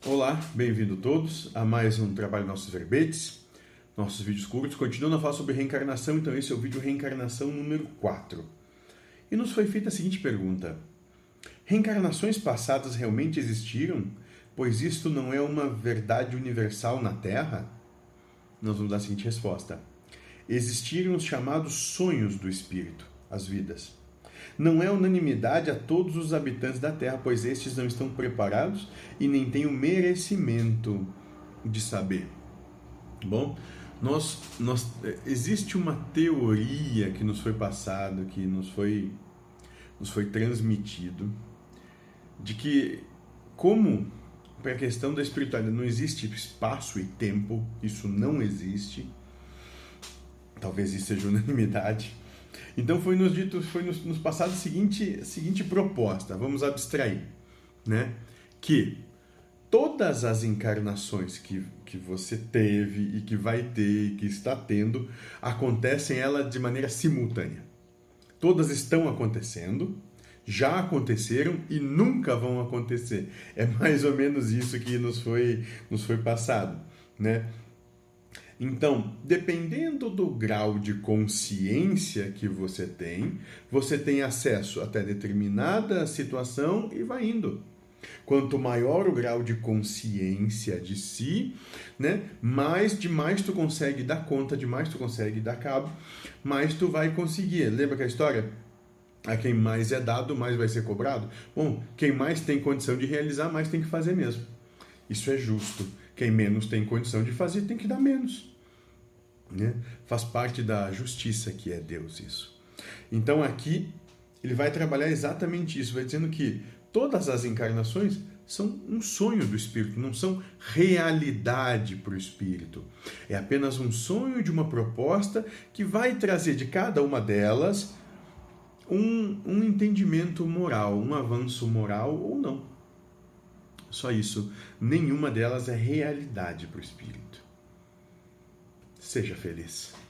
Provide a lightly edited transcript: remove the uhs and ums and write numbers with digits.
Olá, bem-vindo todos a mais um trabalho Nossos Verbetes, nossos vídeos curtos. Continuando a falar sobre reencarnação, então esse é o vídeo reencarnação número 4. E nos foi feita a seguinte pergunta: reencarnações passadas realmente existiram? Pois isto não é uma verdade universal na Terra? Nós vamos dar a seguinte resposta: existiram os chamados sonhos do espírito, as vidas. Não é unanimidade a todos os habitantes da Terra, pois estes não estão preparados e nem têm o merecimento de saber. Bom, existe uma teoria que nos foi passada, que nos foi transmitido, de que, como para a questão da espiritualidade não existe espaço e tempo, isso não existe, talvez isso seja unanimidade. Então foi nos passado a seguinte proposta, vamos abstrair, né? Que todas as encarnações que você teve e que vai ter e que está tendo, acontecem ela de maneira simultânea. Todas estão acontecendo, já aconteceram e nunca vão acontecer. É mais ou menos isso que nos foi passado, né? Então, dependendo do grau de consciência que você tem acesso até determinada situação e vai indo. Quanto maior o grau de consciência de si, né, mais tu consegue dar conta, mais tu consegue dar cabo, mais tu vai conseguir. Lembra que a história? A quem mais é dado, mais vai ser cobrado? Bom, quem mais tem condição de realizar, mais tem que fazer mesmo. Isso é justo. Quem menos tem condição de fazer, tem que dar menos. Né? Faz parte da justiça que é Deus isso. Então aqui ele vai trabalhar exatamente isso, vai dizendo que todas as encarnações são um sonho do espírito, não são realidade para o espírito. É apenas um sonho de uma proposta que vai trazer de cada uma delas um entendimento moral, um avanço moral ou não. Só isso. Nenhuma delas é realidade para o espírito. Seja feliz.